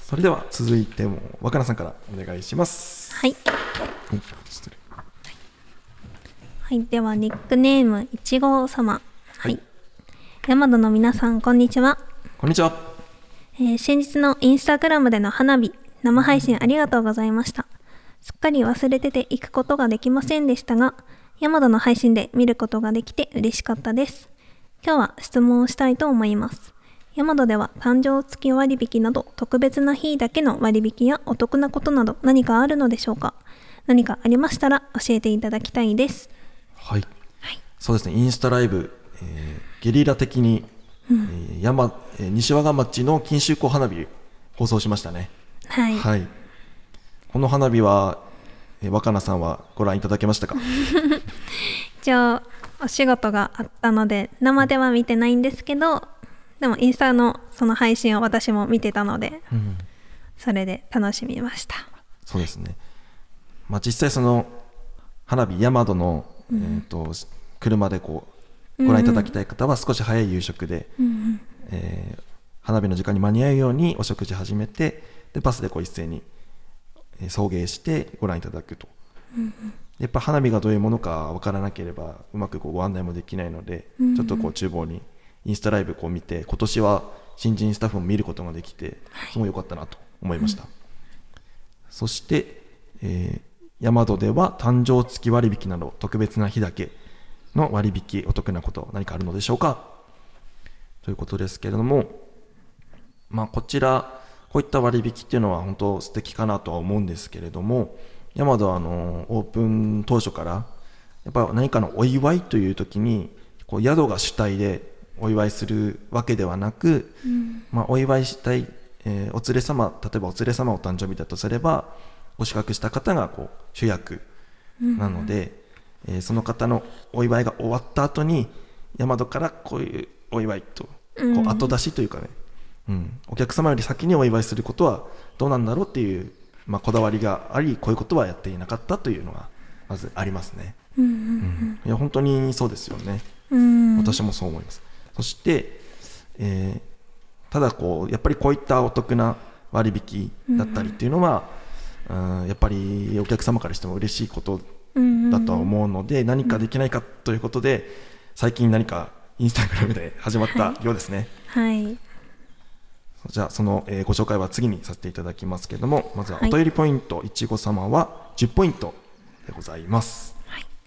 それでは続いても若菜さんからお願いします。 はい、 失礼。 はい、ではニックネームいちご様。 はい、 ヤマドの皆さんこんにちは。 こんにちは。 先日のインスタグラムでの花火生配信ありがとうございました。すっかり忘れてて行くことができませんでしたが、ヤマドの配信で見ることができて嬉しかったです。今日は質問をしたいと思います。ヤマドでは誕生月割引など特別な日だけの割引やお得なことなど何かあるのでしょうか。何かありましたら教えていただきたいです。 はい、そうですね、インスタライブ、ゲリラ的に、西和賀町の錦秋湖花火放送しましたね。 はい、 はい、この花火は、若菜さんはご覧いただけましたか？ 一応お仕事があったので生では見てないんですけど、でもインスタのその配信を私も見てたので、それで楽しみました。 そうですね、実際その花火ヤマドの、車でご覧いただきたい方は少し早い夕食で、花火の時間に間に合うようにお食事始めて、でバスで一斉に送迎してご覧いただくと、やっぱ花火がどういうものか分からなければうまくご案内もできないので、ちょっと厨房にインスタライブ見て、今年は新人スタッフも見ることができてすごい良かったなと思いました。そして、ヤマドでは誕生月割引など特別な日だけの割引、お得なこと何かあるのでしょうかということですけれども、こちらこういった割引っていうのは本当素敵かなとは思うんですけれども、ヤマドはオープン当初からやっぱ何かのお祝いという時に宿が主体でお祝いするわけではなく、お祝いしたい、お連れ様、例えばお連れ様お誕生日だとすればご宿泊した方が主役なので、その方のお祝いが終わった後にヤマドからこういうお祝いと後出しというかね、お客様より先にお祝いすることはどうなんだろうっていう、こだわりがあり、こういうことはやっていなかったというのがまずありますね。いや本当にそうですよね。私もそう思います。そして、ただやっぱりこういったお得な割引だったりっていうのは、やっぱりお客様からしても嬉しいことだとは思うので、何かできないかということで最近何かインスタグラムで始まったようですね。 はい、 じゃあその、ご紹介は次にさせていただきますけれども、まずはお便りポイント、いちご様は10ポイントでございます。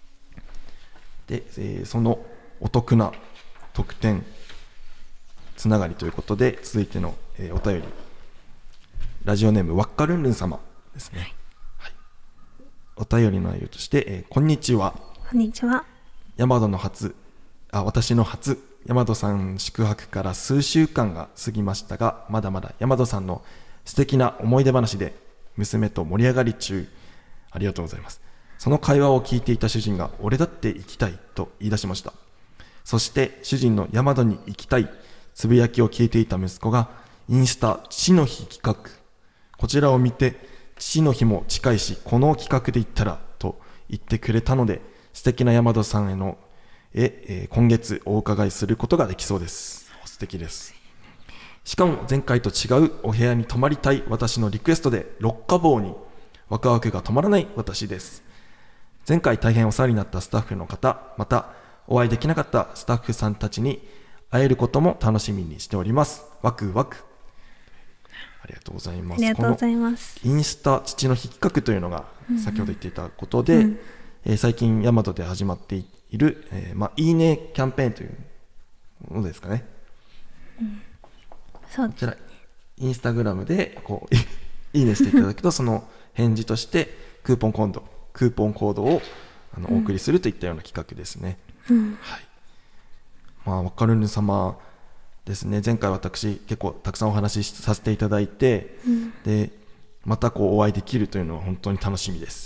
で、そのお得な特典つながりということで、続いての、お便り、ラジオネームわっかるんるん様ですね。お便りの内容として、こんにちは。 こんにちは。 私の初ヤマドさん宿泊から数週間が過ぎましたが、まだまだヤマドさんの素敵な思い出話で娘と盛り上がり中。ありがとうございます。その会話を聞いていた主人が俺だって行きたいと言い出しました。そして主人のヤマドに行きたいつぶやきを聞いていた息子がインスタ父の日企画、こちらを見て父の日も近いしこの企画で行ったらと言ってくれたので、素敵なヤマドさんへの今月お伺いすることができそうです。素敵です。しかも前回と違うお部屋に泊まりたい私のリクエストで六花房にワクワクが止まらない私です。前回大変お世話になったスタッフの方、またお会いできなかったスタッフさんたちに会えることも楽しみにしております。ワクワク。ありがとうございます。 ありがとうございます。 このインスタ父の日企画というのが先ほど言っていたことで、最近ヤマドで始まっている、いいねキャンペーンというものですかね。 そうこちらインスタグラムでいいねしていただくとその返事としてクーポンコードをお送りするといったような企画ですね。わかるん様ですね。前回私結構たくさんお話しさせていただいて、でまたお会いできるというのは本当に楽しみです。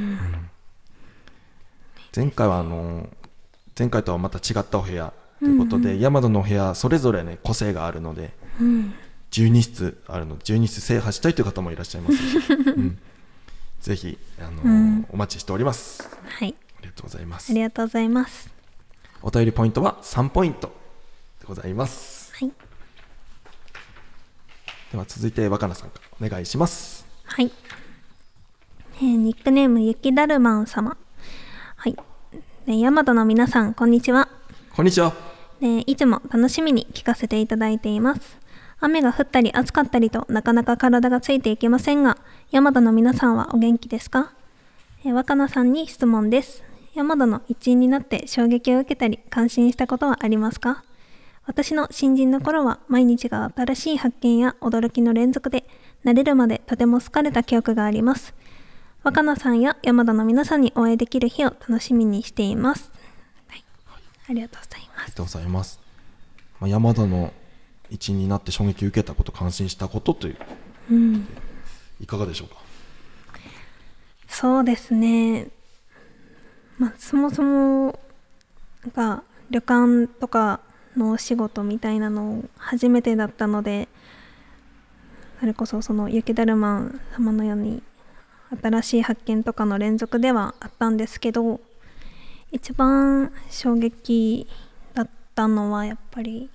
前回は前回とはまた違ったお部屋ということで、ヤマドのお部屋それぞれね個性があるので、12室あるので12室制覇したいという方もいらっしゃいますし、ぜひお待ちしております。 はい、 ありがとうございます。 ありがとうございます。 お便りポイントは3ポイントでございます。 はい、 では続いて若菜さんからお願いします。 はい、ニックネーム雪だるまん様。はい、ヤマトの皆さんこんにちは。 こんにちは。 いつも楽しみに聞かせていただいています。雨が降ったり暑かったりとなかなか体がついていけませんが、ヤマトの皆さんはお元気ですか？若菜さんに質問です。ヤマトの一員になって衝撃を受けたり感心したことはありますか？私の新人の頃は毎日が新しい発見や驚きの連続で、慣れるまでとても好かれた記憶があります。若菜さんやヤマトの皆さんにお会いできる日を楽しみにしています。はい、ありがとうございます。 ありがとうございます。ヤマトの一員になって衝撃を受けたこと、感心したことという、いかがでしょうか？ そうですね、そもそもが旅館とかのお仕事みたいなの初めてだったので、それこそその雪だるま様のように新しい発見とかの連続ではあったんですけど、一番衝撃だったのはやっぱり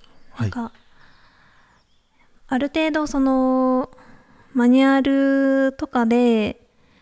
ある程度そのマニュアルとかで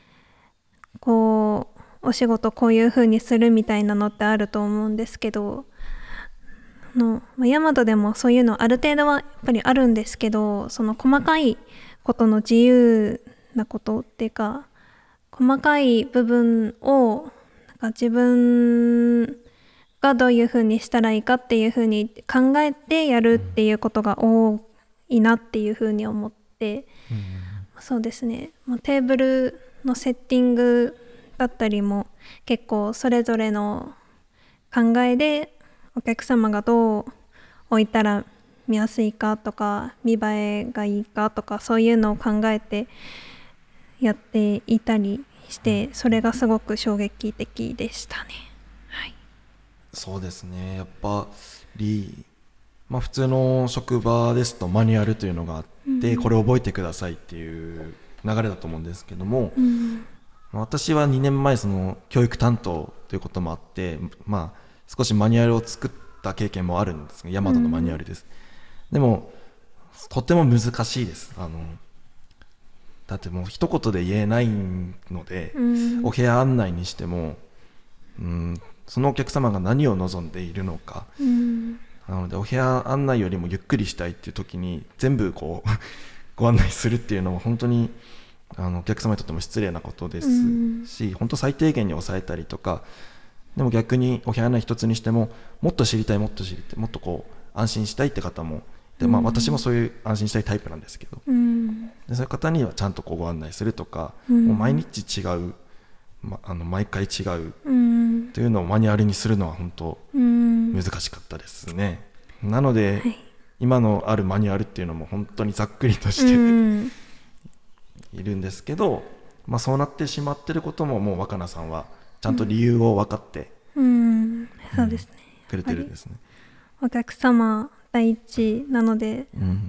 こうお仕事こういう風にするみたいなのってあると思うんですけど、ヤマトでもそういうのある程度はやっぱりあるんですけど、その細かいことの自由なことっていうか、細かい部分を自分がどういう風にしたらいいかっていう風に考えてやるっていうことが多いなっていう風に思って、そうですね、テーブルのセッティングだったりも結構それぞれの考えでお客様がどう置いたら見やすいかとか見栄えがいいかとか、そういうのを考えてやっていたりして、それがすごく衝撃的でしたね。はい、 そうですね、やっぱり、普通の職場ですとマニュアルというのがあって、これを覚えてくださいっていう流れだと思うんですけども、私は2年前その教育担当ということもあって、少しマニュアルを作った経験もあるんですが、ヤマトのマニュアルです。でもとても難しいです。だってもう一言で言えないので、お部屋案内にしても、そのお客様が何を望んでいるのか、なのでお部屋案内よりもゆっくりしたいっていう時に全部こうご案内するっていうのは本当にお客様にとっても失礼なことですし、本当最低限に抑えたりとか、でも逆にお部屋案内一つにしてももっと知りたい、もっと知りたい、もっとこう安心したいって方もで、私もそういう安心したいタイプなんですけど、でそういう方にはちゃんとこうご案内するとか、もう毎日違う、毎回違うというのをマニュアルにするのは本当難しかったですね。なので、今のあるマニュアルっていうのも本当にざっくりとしているんですけど、そうなってしまってることももう若菜さんはちゃんと理由を分かって、 そうですね、 くれてるんですね。 お客様第一なので、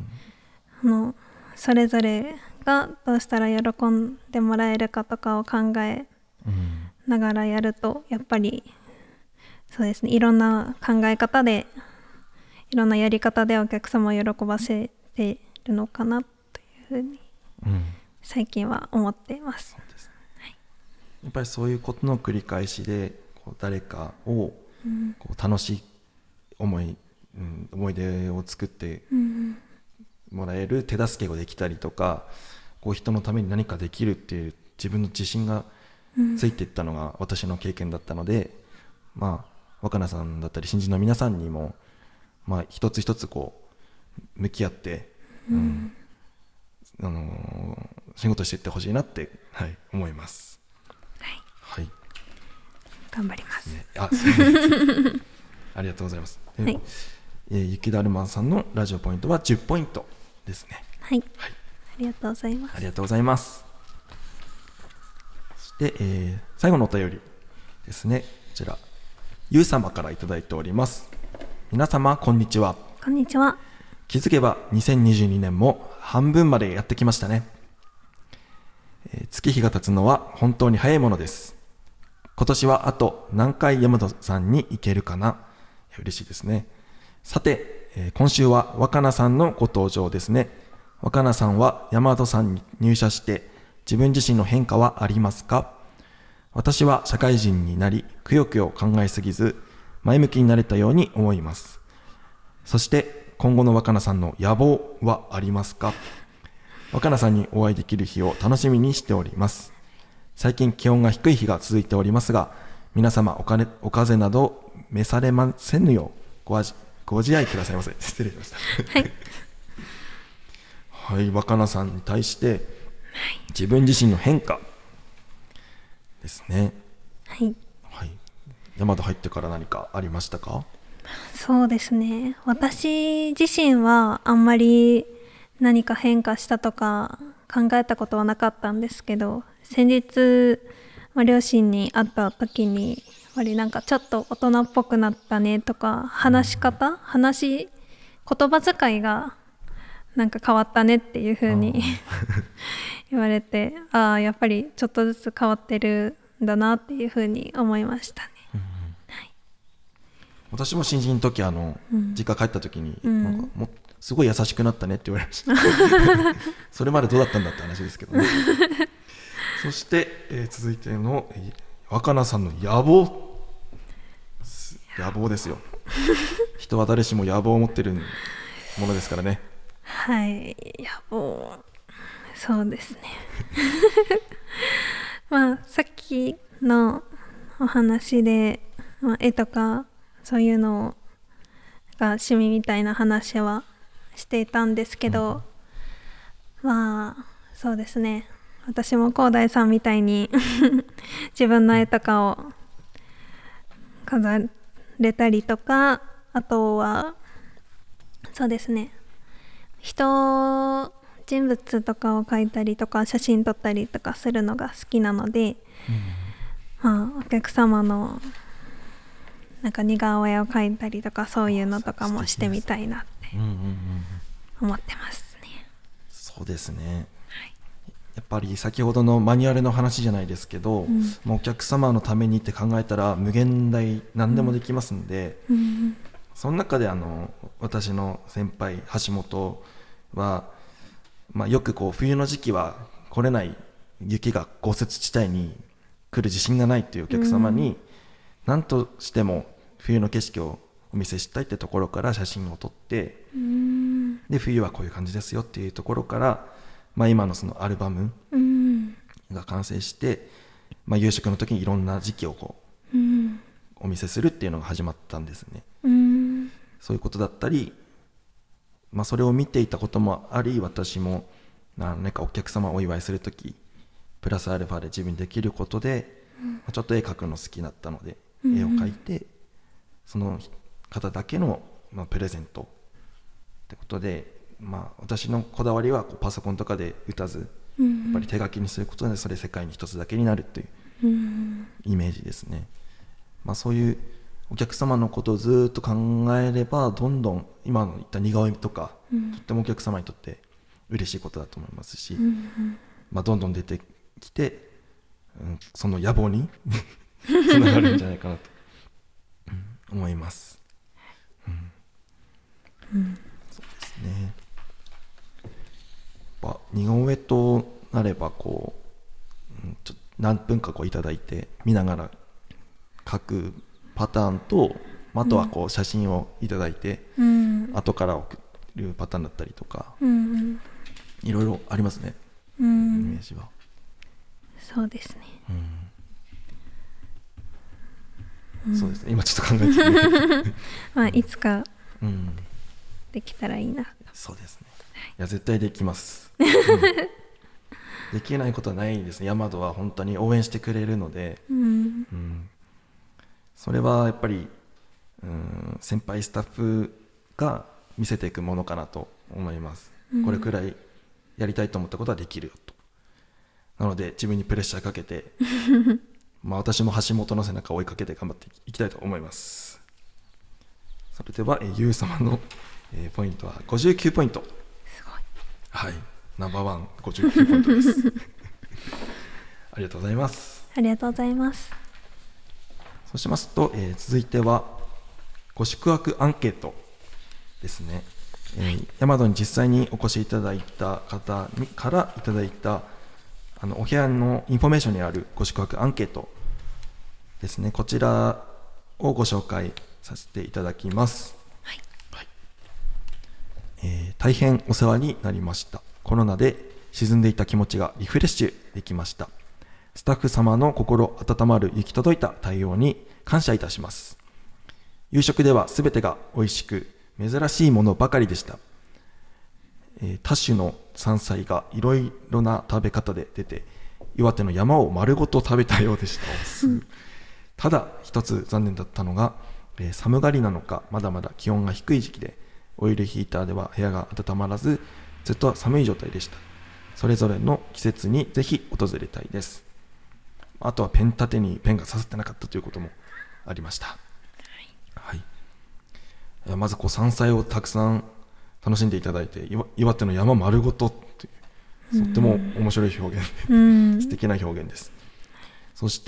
それぞれがどうしたら喜んでもらえるかとかを考えながらやると、やっぱりそうですね、いろんな考え方でいろんなやり方でお客様を喜ばせているのかなというふうに最近は思っています。 そうですね、やっぱりそういうことの繰り返しでこう誰かをこう楽しい思い出を作ってもらえる手助けができたりとか、こう人のために何かできるっていう自分の自信がついていったのが私の経験だったので、若菜さんだったり新人の皆さんにも、一つ一つこう向き合って、仕事していってほしいなって、思います。はい、 頑張ります、 ありがとうございます。雪だるまさんのラジオポイントは10ポイントですね。 はい、ありがとうございます。 ありがとうございます。そして、最後のお便りですね。こちらゆう様からいただいております。皆様こんにちは。 こんにちは。 気づけば2022年も半分までやってきましたね。月日が経つのは本当に早いものです。今年はあと何回山戸さんに行けるかな。嬉しいですね。さて、今週は若菜さんのご登場ですね。 若菜さんは大和さんに入社して自分自身の変化はありますか？私は社会人になり、くよくよ考えすぎず前向きになれたように思います。そして今後の若菜さんの野望はありますか？若菜さんにお会いできる日を楽しみにしております。最近気温が低い日が続いておりますが、皆様お風邪など召されませぬようご自愛くださいませ。失礼しました。 はい。 はい、若菜さんに対して自分自身の変化ですね。 はい。 はい。大和入ってから何かありましたか？ そうですね。私自身はあんまり何か変化したとか考えたことはなかったんですけど、先日、両親に会った時にやっぱりなんかちょっと大人っぽくなったねとか、言葉遣いがなんか変わったねっていう風に言われて、ああやっぱりちょっとずつ変わってるんだなっていう風に思いましたね。はい、 私も新人の時実家帰った時に、なんかもうすごい優しくなったねって言われましたそれまでどうだったんだって話ですけどねそして、続いての、若菜さんの野望ですよ人は誰しも野望を持ってるものですからね。 はい、野望、そうですねさっきのお話で、絵とかそういうのが趣味みたいな話はしていたんですけど、そうですね、私も広大さんみたいに自分の絵とかを飾れたりとか、あとはそうですね、人物とかを描いたりとか写真撮ったりとかするのが好きなので、お客様のなんか似顔絵を描いたりとか、そういうのとかもしてみたいなって思ってますね。 そうですね、やっぱり先ほどのマニュアルの話じゃないですけど、もうお客様のためにって考えたら無限大何でもできますんで、その中で私の先輩橋本は、よく冬の時期は来れない雪が豪雪地帯に来る自信がないというお客様に、何としても冬の景色をお見せしたいってところから写真を撮って、で冬はこういう感じですよっていうところから、今のそのアルバムが完成して、夕食の時にいろんな時期をお見せするっていうのが始まったんですね。そういうことだったり、それを見ていたこともあり、私も何かお客様をお祝いする時プラスアルファで自分にできることで、ちょっと絵描くの好きだったので、絵を描いてその方だけの、プレゼントってことで、私のこだわりはパソコンとかで打たず、やっぱり手書きにすることでそれ世界に一つだけになるっていうイメージですね。そういうお客様のことをずっと考えれば、どんどん今の言った似顔絵とか、とってもお客様にとって嬉しいことだと思いますし、どんどん出てきて、その野望につながるんじゃないかなと、思います。そうですね。似顔絵となればちょっと何分かいただいて見ながら描くパターンと、あとは写真をいただいて、後から送るパターンだったりとか、いろいろありますね、イメージは。 そうですね、 そうですね、今ちょっと考えていつかできたらいいな。 そうですね、いや絶対できます、できないことはないですね。ヤマドは本当に応援してくれるので、それはやっぱり先輩スタッフが見せていくものかなと思います。これくらいやりたいと思ったことはできるよと。なので自分にプレッシャーかけて私も橋本の背中を追いかけて頑張っていきたいと思います。それではゆう様のポイントは59ポイント。 すごい。 はい、ナンバーワン59ポイントですありがとうございます。 ありがとうございます。 そうしますと、続いてはご宿泊アンケートですね。 ヤマドに実際にお越しいただいた方からいただいたお部屋のインフォメーションにあるご宿泊アンケートですね、こちらをご紹介させていただきます。はいはい。大変お世話になりました。コロナで沈んでいた気持ちがリフレッシュできました。スタッフ様の心温まる行き届いた対応に感謝いたします。夕食ではすべてが美味しく珍しいものばかりでした。多種の山菜がいろいろな食べ方で出て、岩手の山を丸ごと食べたようでした。ただ一つ残念だったのが、寒がりなのかまだまだ気温が低い時期で、オイルヒーターでは部屋が温まらずずっと寒い状態でした。それぞれの季節にぜひ訪れたいです。あとはペン立てにペンが刺さってなかったということもありました。はい、まず山菜をたくさん楽しんでいただいて、岩手の山丸ごとっていうとっても面白い表現で素敵な表現です。そして、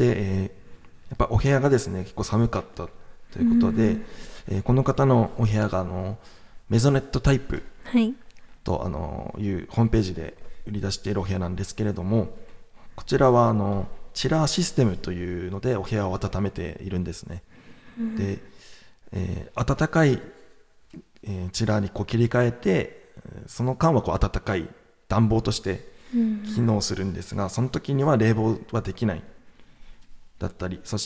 やっぱお部屋がですね結構寒かったということで、この方のお部屋がメゾネットタイプと、いうホームページで売り出しているお部屋なんですけれども、こちらはチラーシステムというのでお部屋を温めているんですね。で、暖かい、チラーに切り替えて、その間は暖かい暖房として機能するんですが、その時には冷房はできないだったり、そして、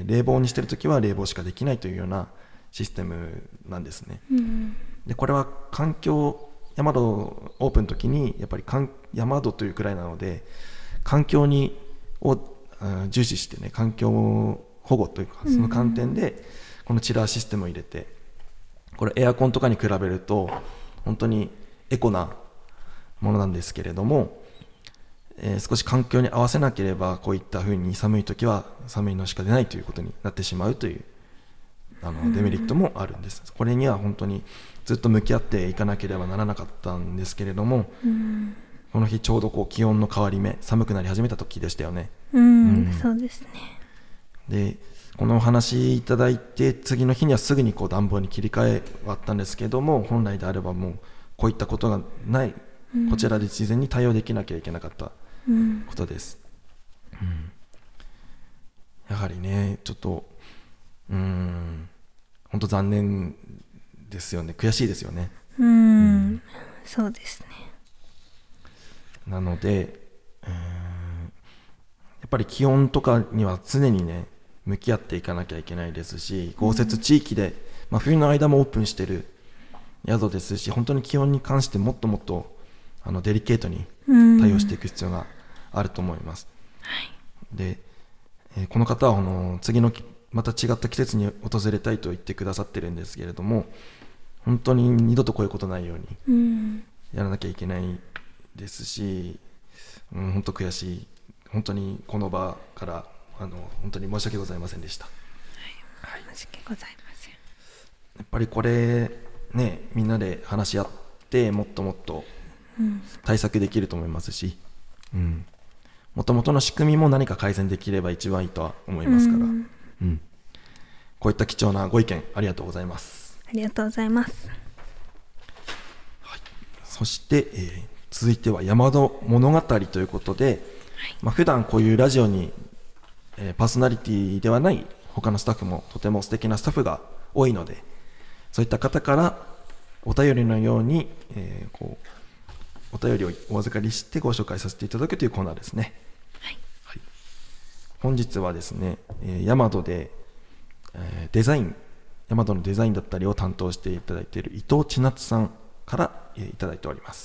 冷房にしている時は冷房しかできないというようなシステムなんですね。でこれは環境ヤマドオープンの時にやっぱりヤマドというくらいなので環境を重視してね、環境保護というかその観点でこのチラーシステムを入れて、これエアコンとかに比べると本当にエコなものなんですけれども、少し環境に合わせなければこういった風に寒い時は寒いのしか出ないということになってしまうというデメリットもあるんです。これには本当にずっと向き合っていかなければならなかったんですけれども、この日ちょうど気温の変わり目、寒くなり始めた時でしたよね。 そうですね。 でこのお話いただいて次の日にはすぐに暖房に切り替えはあったんですけども、本来であればもうこういったことがない、こちらで事前に対応できなきゃいけなかったことです。やはりねちょっと本当残念ですよね。悔しいですよね。 そうですね。 なのでやっぱり気温とかには常にね向き合っていかなきゃいけないですし、豪雪地域で、冬の間もオープンしている宿ですし、本当に気温に関してもっともっとデリケートに対応していく必要があると思います。で、この方は次のまた違った季節に訪れたいと言ってくださってるんですけれども、本当に二度とこういうことないようにやらなきゃいけないですし、本当悔しい。本当にこの場から本当に申し訳ございませんでした。 申し訳ございません。 やっぱりこれね、みんなで話し合ってもっともっと対策できると思いますし、もともとの仕組みも何か改善できれば一番いいとは思いますから、こういった貴重なご意見ありがとうございます。 ありがとうございます。 そして、続いては山戸物語ということで、普段こういうラジオに、パーソナリティではない他のスタッフもとても素敵なスタッフが多いので、そういった方からお便りのように、お便りをお預かりしてご紹介させていただくというコーナーですね。本日はですね、ヤマドで、デザイン、ヤマドのデザインだったりを担当していただいている伊藤千夏さんから、いただいております。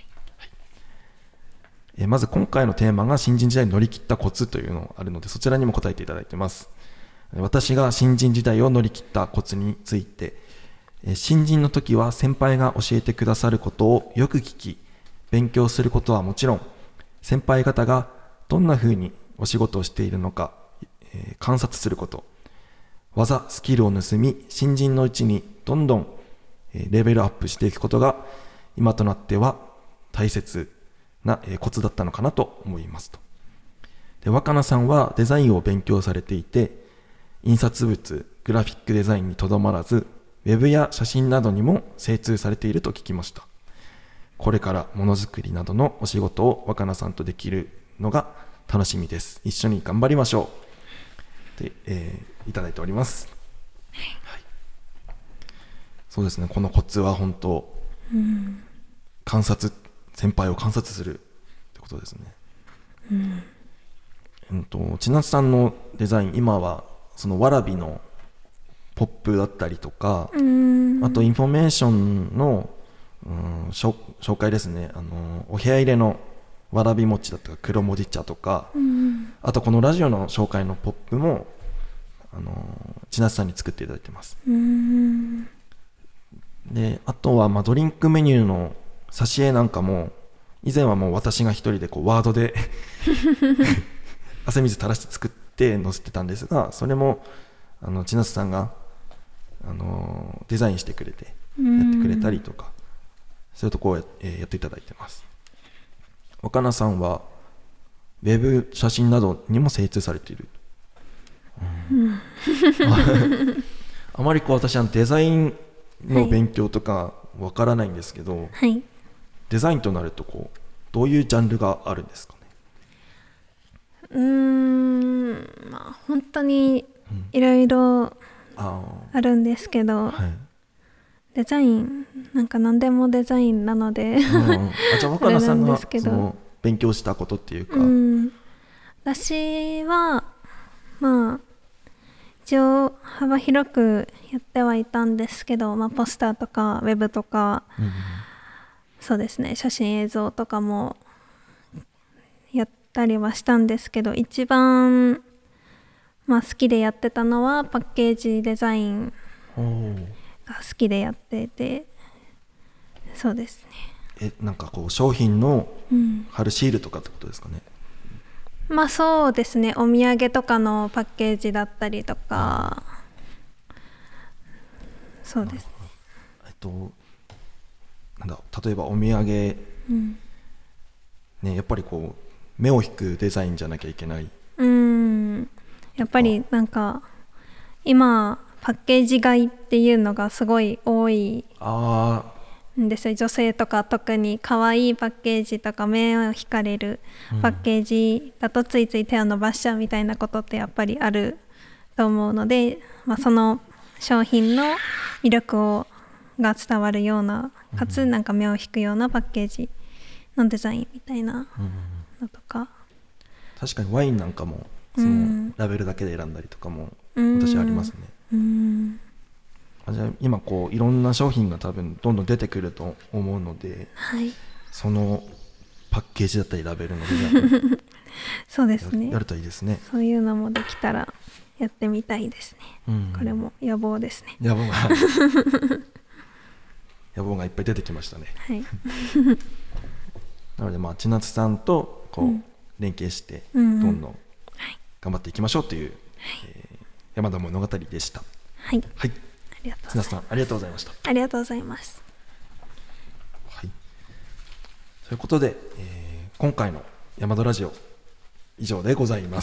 まず今回のテーマが新人時代に乗り切ったコツというのがあるので、そちらにも答えていただいています。私が新人時代を乗り切ったコツについて、新人の時は先輩が教えてくださることをよく聞き勉強することはもちろん、先輩方がどんな風にお仕事をしているのか、観察すること、技スキルを盗み新人のうちにどんどんレベルアップしていくことが今となっては大切なコツだったのかなと思いますと。で、若菜さんはデザインを勉強されていて、印刷物、グラフィックデザインにとどまらずウェブや写真などにも精通されていると聞きました。これからものづくりなどのお仕事を若菜さんとできるのが楽しみです。一緒に頑張りましょう。で、いただいております。はい、そうですね、このコツは本当、観察、先輩を観察するってことですね。千夏さんのデザイン、今はそのわらびのポップだったりとか、あとインフォメーションの、紹介ですね。お部屋入れのわらび餅だとか黒もじ茶とか、あとこのラジオの紹介のポップも千夏さんに作っていただいてます。で、あとはドリンクメニューの挿絵なんかも、以前はもう私が一人でワードで汗水垂らして作って載せてたんですが、それも千夏さんがデザインしてくれてやってくれたりとか、そういうところをやっていただいてます。若菜さんはウェブ写真などにも精通されている。あまり私はデザインの勉強とかわからないんですけど、 はい、 デザインとなるとどういうジャンルがあるんですかね。 本当にいろいろあるんですけど、デザインなんか何でもデザインなので、じゃあ若菜さんがその勉強したことっていうか、 私は一応幅広くやってはいたんですけど、ポスターとかウェブとか、そうですね、写真映像とかもやったりはしたんですけど、一番好きでやってたのはパッケージデザインが好きでやってて、そうですね。 なんか商品の貼るシールとかってことですかね。 そうですね、お土産とかのパッケージだったりとか、そうですね。 例えばお土産、やっぱり目を引くデザインじゃなきゃいけない。 やっぱりなんか今パッケージ買いっていうのがすごい多いんですよ。女性とか特に可愛いパッケージとか目を引かれるパッケージだとついつい手を伸ばしちゃうみたいなことってやっぱりあると思うので、その商品の魅力が伝わるような、かつなんか目を引くようなパッケージのデザインみたいなのとか、 確かにワインなんかもそのラベルだけで選んだりとかも私ありますね。じゃあ今いろんな商品が多分どんどん出てくると思うので、そのパッケージだったりラベルのデザインそうですね、 やるといいですね。 そういうのもできたらやってみたいですね。これも野望ですね。 野望がいっぱい出てきましたね。なので千夏さんと連携してどんどん頑張っていきましょうという、山田物語でした。 はい、 千夏さんありがとうございました。 ありがとうございます。 ということで、今回の山田ラジオ以上でございます。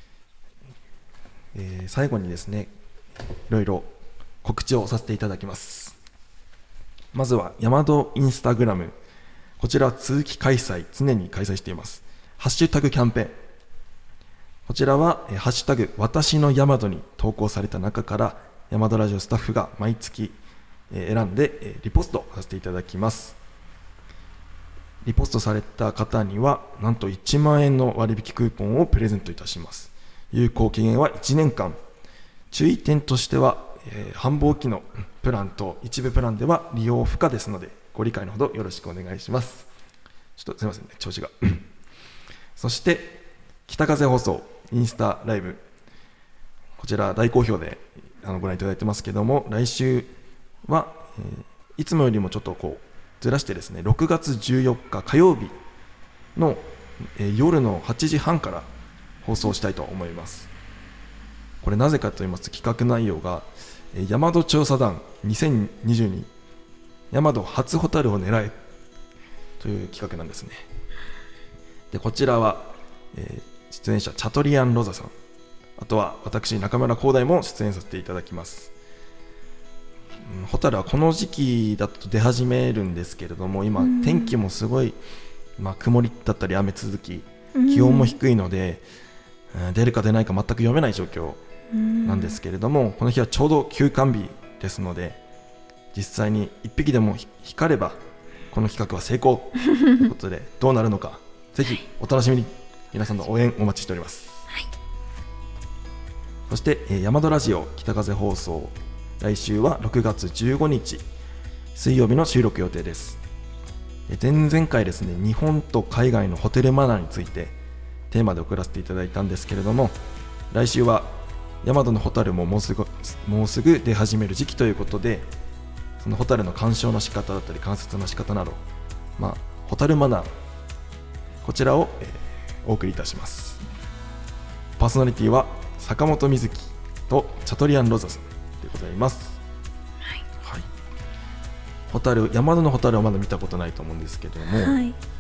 最後にですね、いろいろ告知をさせていただきます。まずは山田インスタグラム、こちらは通期開催、常に開催しています。ハッシュタグキャンペーン、こちらはハッシュタグ私のヤマドに投稿された中からヤマドラジオスタッフが毎月選んでリポストさせていただきます。リポストされた方にはなんと1万円の割引クーポンをプレゼントいたします。有効期限は1年間。注意点としては、繁忙期のプランと一部プランでは利用不可ですのでご理解のほどよろしくお願いします。ちょっとすいませんね、調子がそして北風放送インスタライブ、こちら大好評でご覧いただいてますけども、来週は、いつもよりもちょっとずらしてですね、6月14日火曜日の、夜の8時半から放送したいと思います。これなぜかと言いますと、企画内容が大和調査団2022大和初ホタルを狙えという企画なんですね。でこちらは、出演者チャトリアン・ロザさん、あとは私中村光大も出演させていただきます。 ホタルはこの時期だと出始めるんですけれども、今天気もすごい、曇りだったり雨続き、気温も低いので、出るか出ないか全く読めない状況なんですけれども、この日はちょうど休館日ですので、実際に1匹でも光ればこの企画は成功ということで、どうなるのかぜひお楽しみに。皆さんの応援お待ちしております。そして、ヤマドラジオ北風放送、来週は6月15日水曜日の収録予定です。前々回ですね、日本と海外のホテルマナーについてテーマで送らせていただいたんですけれども、来週はヤマドのホタルももうすぐ出始める時期ということで、そのホタルの鑑賞の仕方だったり観察の仕方など、ホタルマナー、こちらを、お送りいたします。パーソナリティは坂本瑞希とチャトリアンロザさんでございます。はい、ホタル、ヤマドのホタルはまだ見たことないと思うんですけれども、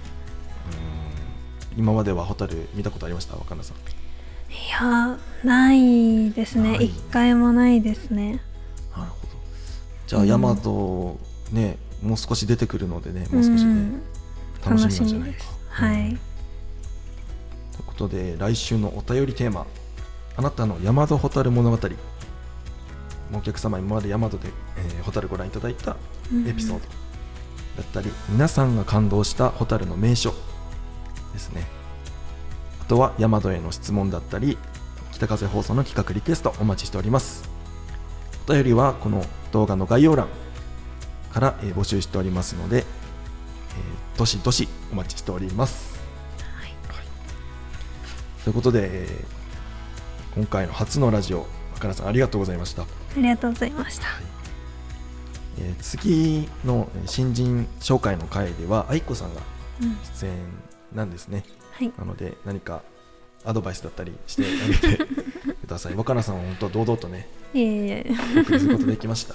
今まではホタル見たことありました？若菜さん。 いや、ないですね。一回もないですね。 なるほど。じゃあヤマドね、もう少し出てくるのでね、もう少しね、楽しみなんじゃないか。 はい。 ということで、来週のお便りテーマ、あなたのヤマドホタル物語、お客様今までヤマドで、ホタルご覧いただいたエピソードだったり、皆さんが感動したホタルの名所ですね。あとはヤマドへの質問だったり、北風放送の企画リクエストお待ちしております。お便りはこの動画の概要欄から、募集しておりますので、どしどしお待ちしております。ということで、今回の初のラジオ、若菜さんありがとうございました。 ありがとうございました。 次の新人紹介の回では愛子さんが出演なんですね。なので何かアドバイスだったりしてあげてください。若菜さんは本当堂々とね、お送りすることできました。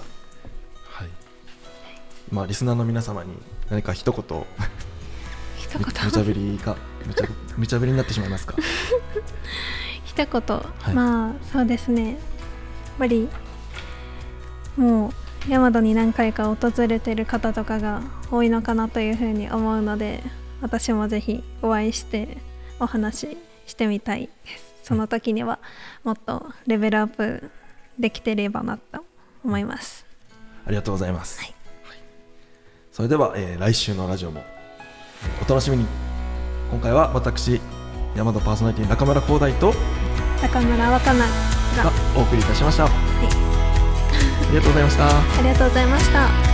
リスナーの皆様に何か一言無茶ぶりになってしまいますか？ 一言、そうですね、やっぱりもうヤマドに何回か訪れている方とかが多いのかなというふうに思うので、私もぜひお会いしてお話ししてみたいです。その時にはもっとレベルアップできてればなと思います。 ありがとうございます。それでは、来週のラジオもお楽しみに。今回は私ヤマドパーソナリティ中村光大と中村若菜がお送りいたしました。ありがとうございました。 ありがとうございました。